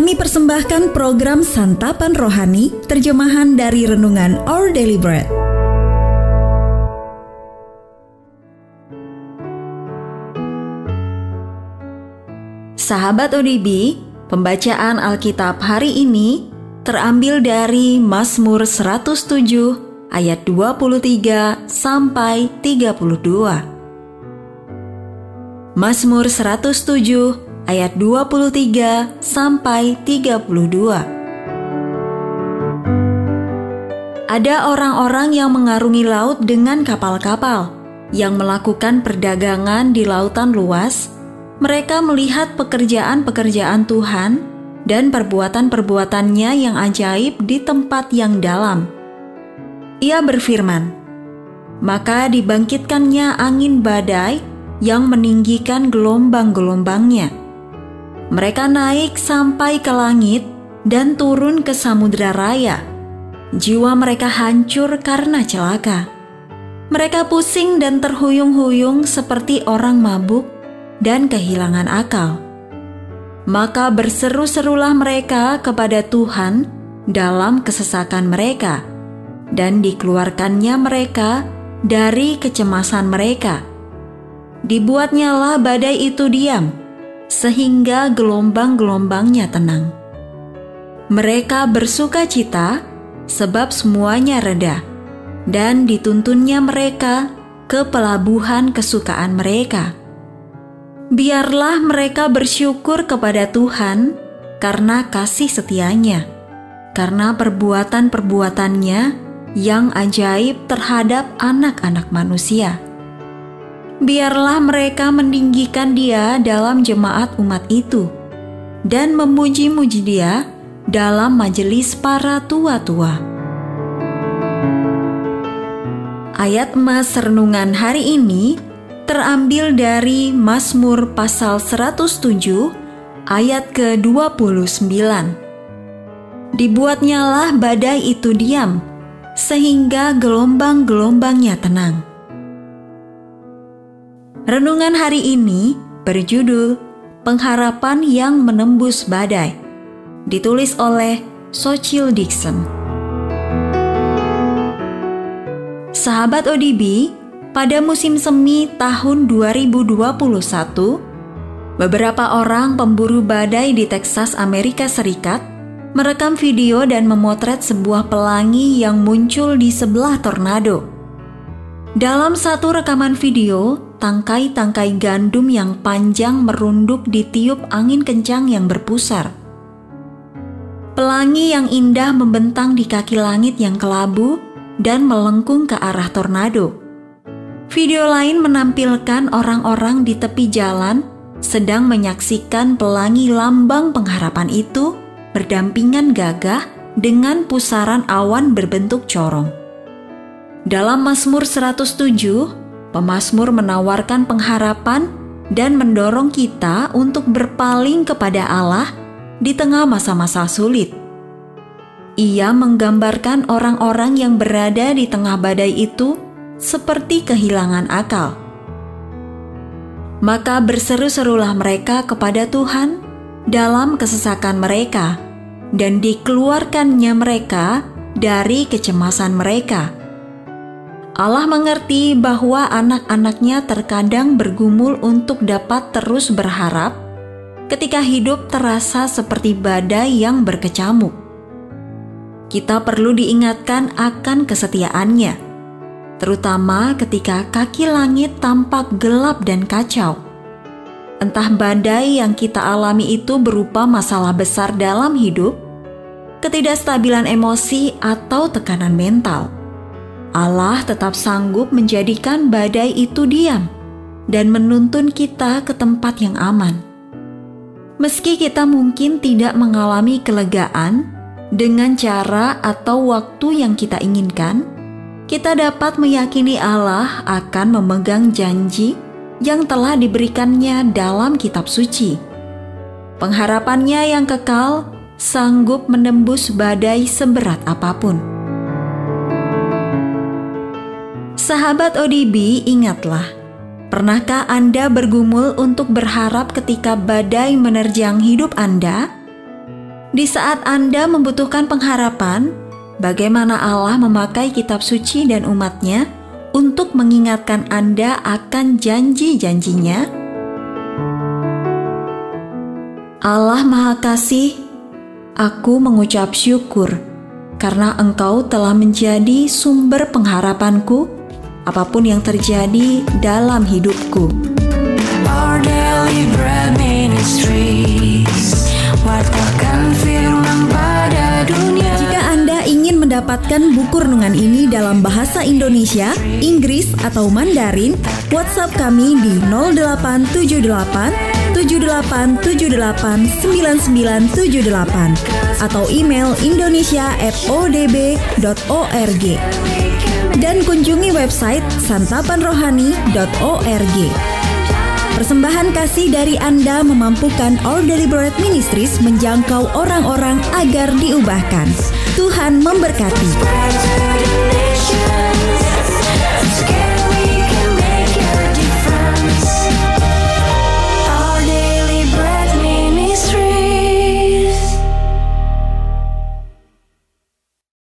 Kami persembahkan program Santapan Rohani, terjemahan dari Renungan Our Daily Bread. Sahabat ODB, pembacaan Alkitab hari ini terambil dari Mazmur 107 ayat 23 sampai 32. Mazmur 107 ayat 23 sampai 32. Ada orang-orang yang mengarungi laut dengan kapal-kapal, yang melakukan perdagangan di lautan luas. Mereka melihat pekerjaan-pekerjaan Tuhan dan perbuatan-perbuatannya yang ajaib di tempat yang dalam. Ia berfirman, maka dibangkitkannya angin badai yang meninggikan gelombang-gelombangnya. Mereka naik sampai ke langit dan turun ke samudera raya. Jiwa mereka hancur karena celaka. Mereka pusing dan terhuyung-huyung seperti orang mabuk dan kehilangan akal. Maka berseru-serulah mereka kepada Tuhan dalam kesesakan mereka, dan dikeluarkannya mereka dari kecemasan mereka. Dibuatnyalah badai itu diam, sehingga gelombang-gelombangnya tenang. Mereka bersuka cita, sebab semuanya reda, dan dituntunnya mereka ke pelabuhan kesukaan mereka. Biarlah mereka bersyukur kepada Tuhan karena kasih setianya, karena perbuatan-perbuatannya yang ajaib terhadap anak-anak manusia. Biarlah mereka meninggikan Dia dalam jemaat umat itu, dan memuji-muji Dia dalam majelis para tua-tua. Ayat emas renungan hari ini terambil dari Mazmur pasal 107 ayat ke-29. Dibuatnyalah badai itu diam, sehingga gelombang-gelombangnya tenang. Renungan hari ini berjudul Pengharapan yang Menembus Badai, ditulis oleh Sochil Dixon. Sahabat ODB, pada musim semi tahun 2021, beberapa orang pemburu badai di Texas, Amerika Serikat merekam video dan memotret sebuah pelangi yang muncul di sebelah tornado. Dalam satu rekaman video, tangkai-tangkai gandum yang panjang merunduk ditiup angin kencang yang berpusar. Pelangi yang indah membentang di kaki langit yang kelabu dan melengkung ke arah tornado. Video lain menampilkan orang-orang di tepi jalan sedang menyaksikan pelangi lambang pengharapan itu berdampingan gagah dengan pusaran awan berbentuk corong. Dalam Mazmur 107, pemazmur menawarkan pengharapan dan mendorong kita untuk berpaling kepada Allah di tengah masa-masa sulit. Ia menggambarkan orang-orang yang berada di tengah badai itu seperti kehilangan akal. Maka berseru-serulah mereka kepada Tuhan dalam kesesakan mereka, dan dikeluarkannya mereka dari kecemasan mereka. Allah mengerti bahwa anak-anaknya terkadang bergumul untuk dapat terus berharap ketika hidup terasa seperti badai yang berkecamuk. Kita perlu diingatkan akan kesetiaannya, terutama ketika kaki langit tampak gelap dan kacau. Entah badai yang kita alami itu berupa masalah besar dalam hidup, ketidakstabilan emosi, atau tekanan mental. Allah tetap sanggup menjadikan badai itu diam dan menuntun kita ke tempat yang aman. Meski kita mungkin tidak mengalami kelegaan dengan cara atau waktu yang kita inginkan, kita dapat meyakini Allah akan memegang janji yang telah diberikannya dalam kitab suci. Pengharapannya yang kekal sanggup menembus badai seberat apapun. Sahabat ODB, ingatlah, pernahkah Anda bergumul untuk berharap ketika badai menerjang hidup Anda? Di saat Anda membutuhkan pengharapan, bagaimana Allah memakai kitab suci dan umat-Nya untuk mengingatkan Anda akan janji-janjinya? Allah Maha Kasih, aku mengucap syukur karena Engkau telah menjadi sumber pengharapanku apapun yang terjadi dalam hidupku. Our Daily Bread Ministries, wartakan firman pada dunia. Jika Anda ingin mendapatkan buku renungan ini dalam bahasa Indonesia, Inggris, atau Mandarin, WhatsApp kami di 0878 78789978 atau email indonesia@odb.org dan kunjungi website santapanrohani.org. Persembahan kasih dari Anda memampukan Our Daily Bread Ministries menjangkau orang-orang agar diubahkan. Tuhan memberkati. Spread to the nations.